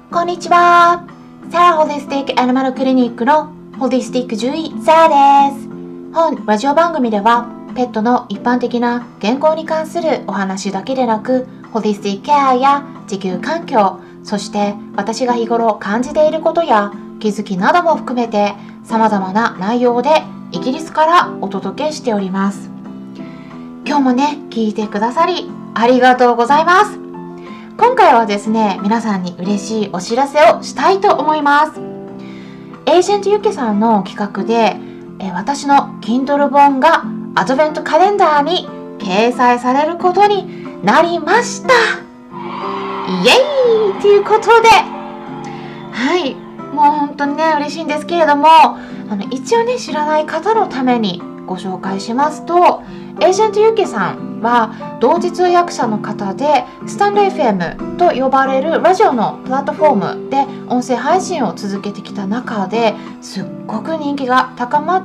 こんにちは。サラホリスティックアニマルクリニックのホリスティック獣医サラです。本ラジオ番組ではペットの一般的な健康に関するお話だけでなく、ホリスティックケアや地球環境、そして私が日頃感じていることや気づきなども含めて様々な内容でイギリスからお届けしております。今日もね、聞いてくださりありがとうございます。今回はですね、皆さんに嬉しいお知らせをしたいと思います。エージェントユキさんの企画で、私の Kindle 本がアドベントカレンダーに掲載されることになりました。イエーイということで、はい、もう本当にね、嬉しいんですけれども、一応ね、知らない方のためにご紹介しますと、エージェントユキさんは同時通訳者の方で、スタンド FM と呼ばれるラジオのプラットフォームで音声配信を続けてきた中ですっごく人気が高まって、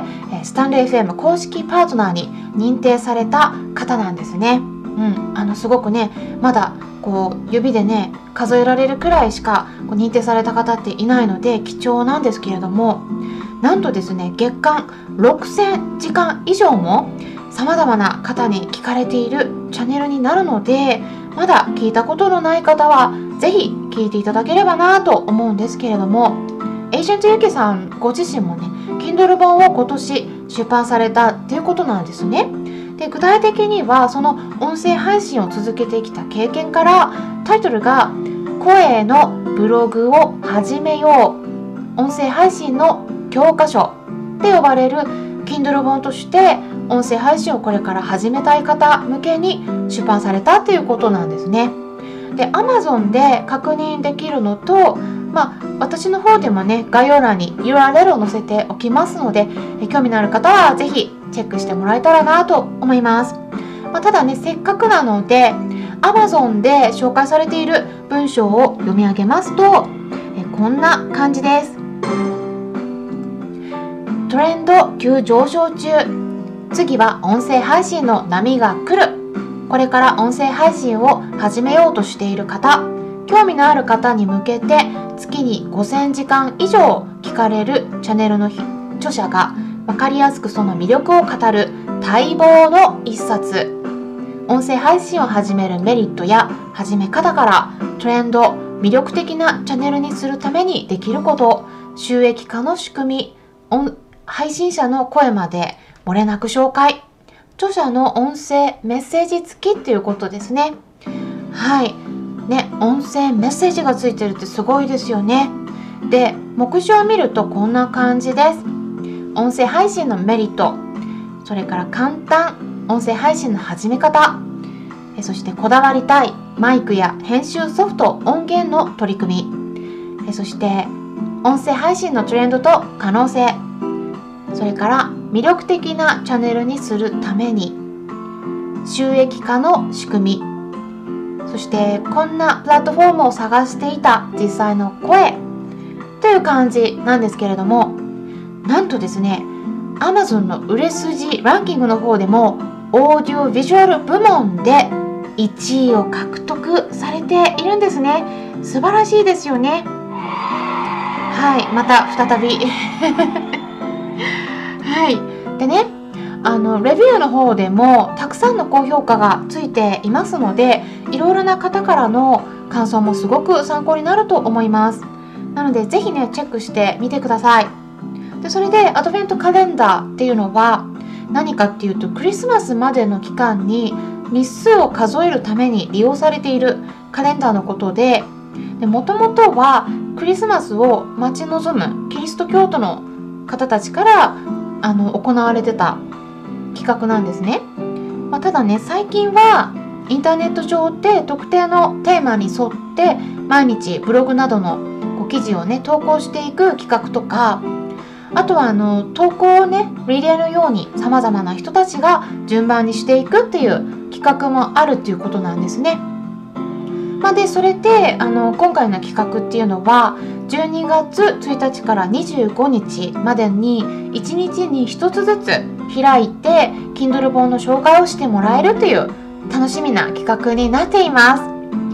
スタンド FM 公式パートナーに認定された方なんですね。すごくね、まだこう指でね数えられるくらいしか認定された方っていないので貴重なんですけれども、なんとですね、月間6000時間以上も様々な方に聞かれているチャンネルになるので、まだ聞いたことのない方はぜひ聞いていただければなと思うんですけれども、エージェントユキさんご自身もね Kindle 本を今年出版されたっていうことなんですね。で、具体的にはその音声配信を続けてきた経験から、タイトルが声のブログを始めよう、音声配信の教科書って呼ばれる Kindle 本として音声配信をこれから始めたい方向けに出版されたっていうことなんですね。で、Amazon で確認できるのと、私の方でもね概要欄に URL を載せておきますので、興味のある方はぜひチェックしてもらえたらなと思います。ただね、せっかくなので Amazon で紹介されている文章を読み上げますと、こんな感じです。トレンド急上昇中、次は音声配信の波が来る。これから音声配信を始めようとしている方、興味のある方に向けて月に5000時間以上聞かれるチャンネルの著者が分かりやすくその魅力を語る待望の一冊。音声配信を始めるメリットや始め方からトレンド、魅力的なチャンネルにするためにできること、収益化の仕組み、配信者の声まで漏れなく紹介。著者の音声メッセージ付きっていうことですね。はいね、音声メッセージがついてるってすごいですよね。で、目次を見るとこんな感じです。音声配信のメリット、それから簡単音声配信の始め方、そしてこだわりたいマイクや編集ソフト、音源の取り組み、そして音声配信のトレンドと可能性、それから魅力的なチャンネルにするために収益化の仕組み、そしてこんなプラットフォームを探していた実際の声という感じなんですけれども、なんとですね、 Amazon の売れ筋ランキングの方でもオーディオビジュアル部門で1位を獲得されているんですね。素晴らしいですよね。はい、また再びはい。でね、レビューの方でもたくさんの高評価がついていますので、いろいろな方からの感想もすごく参考になると思います。なのでぜひねチェックしてみてください。で、それでアドベントカレンダーっていうのは何かっていうと、クリスマスまでの期間に日数を数えるために利用されているカレンダーのことで、もともとはクリスマスを待ち望むキリスト教徒の方たちから行われてた企画なんですね。ただね、最近はインターネット上で特定のテーマに沿って毎日ブログなどの記事をね投稿していく企画とか、あとは投稿をねリレーのようにさまざまな人たちが順番にしていくっていう企画もあるっていうことなんですね。で、それで今回の企画っていうのは12月1日から25日までに1日に1つずつ開いて Kindle 本の紹介をしてもらえるという楽しみな企画になっています。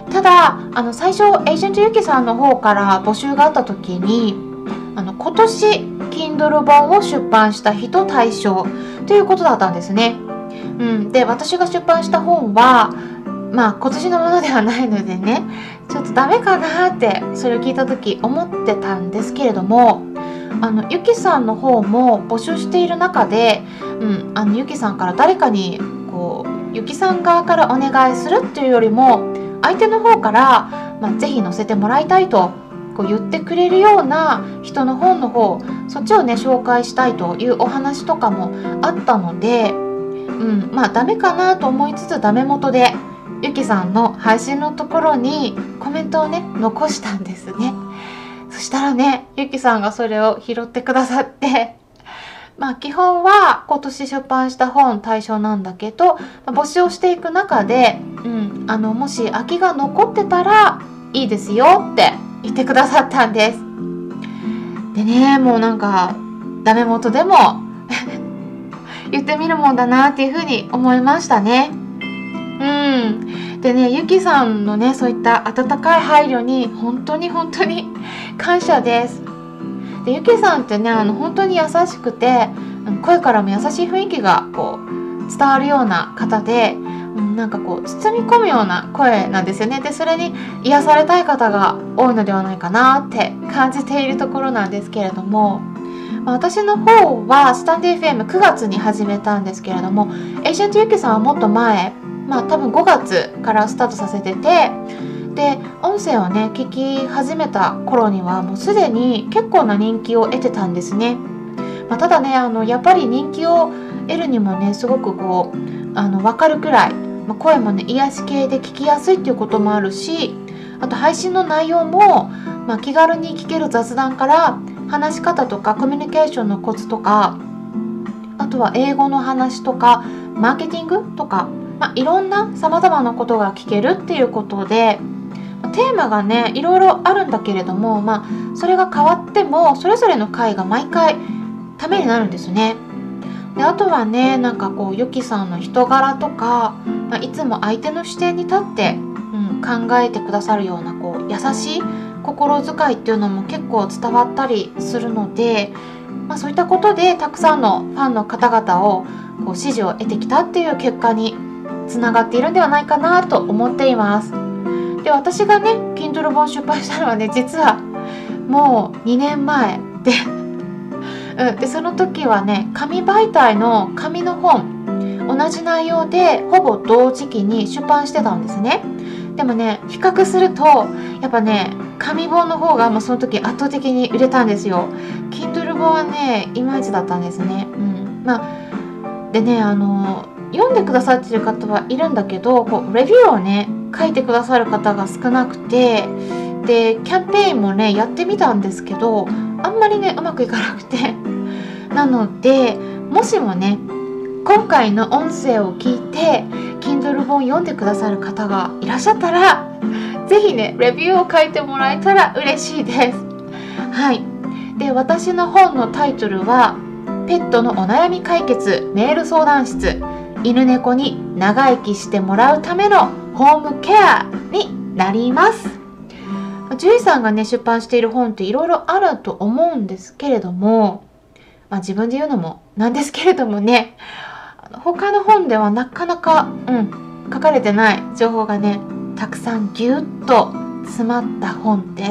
ただ最初エージェントゆきさんの方から募集があった時に今年 Kindle 本を出版した人対象ということだったんですね。で私が出版した本は今年のものではないのでね、ちょっとダメかなってそれを聞いた時思ってたんですけれども、ゆきさんの方も募集している中で、ゆきさんから誰かにゆきさん側からお願いするっていうよりも相手の方から、ぜひ載せてもらいたいと言ってくれるような人の本の方、そっちをね紹介したいというお話とかもあったので、ダメかなと思いつつダメ元でゆきさんの配信のところにコメントをね残したんですね。そしたらねゆきさんがそれを拾ってくださって基本は今年出版した本対象なんだけど、募集をしていく中で、もし空きが残ってたらいいですよって言ってくださったんです。でね、もうなんかダメ元でも言ってみるもんだなっていうふうに思いましたね。でね、ゆきさんのねそういった温かい配慮に本当に感謝です。でゆきさんってね本当に優しくて、声からも優しい雰囲気が伝わるような方で、なんか包み込むような声なんですよね。でそれに癒されたい方が多いのではないかなって感じているところなんですけれども、私の方はスタンデー FM9 月に始めたんですけれども、エージェントゆきさんはもっと前、多分5月からスタートさせてて、で音声をね聞き始めた頃にはもうすでに結構な人気を得てたんですね。ただねやっぱり人気を得るにもねすごく分かるくらい、声もね癒し系で聞きやすいっていうこともあるし、あと配信の内容も、気軽に聞ける雑談から話し方とかコミュニケーションのコツとか、あとは英語の話とかマーケティングとか、いろんな様々なことが聞けるっていうことで、テーマがねいろいろあるんだけれども、それが変わってもそれぞれの回が毎回ためになるんですね。であとはねゆきさんの人柄とか、いつも相手の視点に立って、考えてくださるような優しい心遣いっていうのも結構伝わったりするので、そういったことでたくさんのファンの方々を支持を得てきたっていう結果につながっているんではないかなと思っています。で私がね Kindle 本出版したのはね実はもう2年前ででその時はね紙媒体の紙の本同じ内容でほぼ同時期に出版してたんですね。でもね比較するとやっぱね紙本の方がもうその時圧倒的に売れたんですよ。 Kindle 本はねいまいちだったんですね。でね読んでくださってる方はいるんだけどレビューをね書いてくださる方が少なくて、でキャンペーンもねやってみたんですけどあんまりねうまくいかなくてなのでもしもね今回の音声を聞いて Kindle 本読んでくださる方がいらっしゃったらぜひねレビューを書いてもらえたら嬉しいです。で私の本のタイトルはペットのお悩み解決メール相談室、犬猫に長生きしてもらうためのホームケアになります。獣医さんがね出版している本っていろいろあると思うんですけれども、自分で言うのもなんですけれどもね、他の本ではなかなか、書かれてない情報がねたくさんぎゅっと詰まった本です。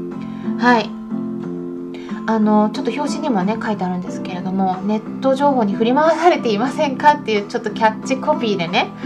ちょっと表紙にもね書いてあるんですけれども、ネット情報に振り回されていませんかっていうちょっとキャッチコピーでね、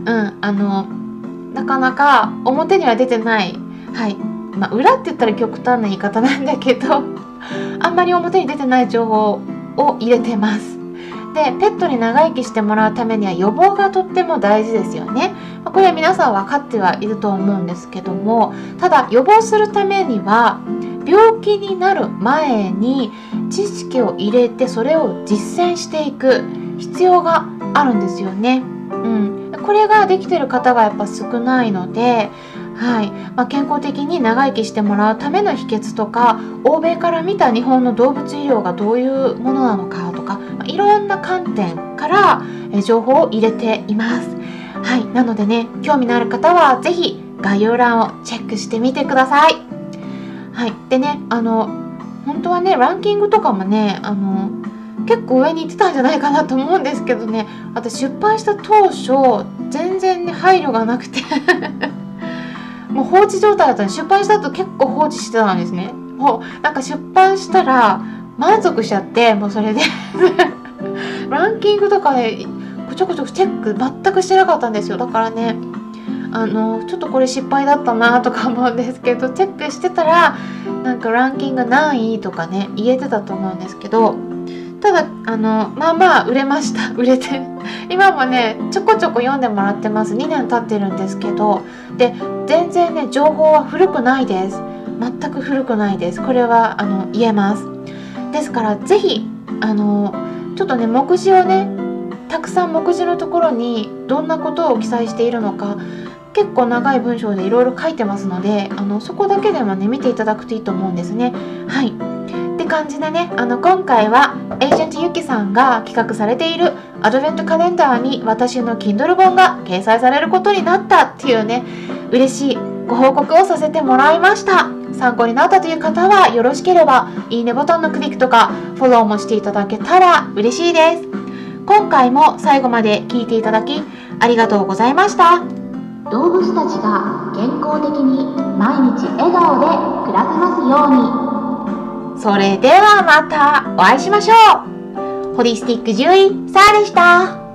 なかなか表には出てない、裏って言ったら極端な言い方なんだけどあんまり表に出てない情報を入れてます。でペットに長生きしてもらうためには予防がとっても大事ですよね。これは皆さん分かってはいると思うんですけども、ただ予防するためには病気になる前に知識を入れてそれを実践していく必要があるんですよね。これができてる方がやっぱ少ないので、健康的に長生きしてもらうための秘訣とか、欧米から見た日本の動物医療がどういうものなのかとか、いろんな観点から情報を入れています。なのでね、興味のある方はぜひ概要欄をチェックしてみてください。はい。でね、本当はね、ランキングとかもね、結構上に行ってたんじゃないかなと思うんですけどね、私出版した当初、全然ね、配慮がなくてもう放置状態だったので、出版した後結構放置してたんですね。もうなんか出版したら満足しちゃって、もうそれでランキングとかね、ちょこちょこチェック全くしてなかったんですよ。だからね、ちょっとこれ失敗だったなとか思うんですけど、チェックしてたらなんかランキング何位とかね言えてたと思うんですけど、ただまあまあ売れました。売れて今もねちょこちょこ読んでもらってます。2年経ってるんですけど、で全然ね情報は古くないです。全く古くないです。これは言えます。ですからぜひちょっとね目次をねたくさん目次のところにどんなことを記載しているのか結構長い文章でいろいろ書いてますので、そこだけでもね見ていただくといいと思うんですね。はい。って感じでね、今回はエージェントゆきさんが企画されているアドベントカレンダーに私の Kindle 本が掲載されることになったっていうね、嬉しいご報告をさせてもらいました。参考になったという方はよろしければいいねボタンのクリックとかフォローもしていただけたら嬉しいです。今回も最後まで聞いていただきありがとうございました。動物たちが健康的に毎日笑顔で暮らせますように。それではまたお会いしましょう。ホリスティック獣医サーでした。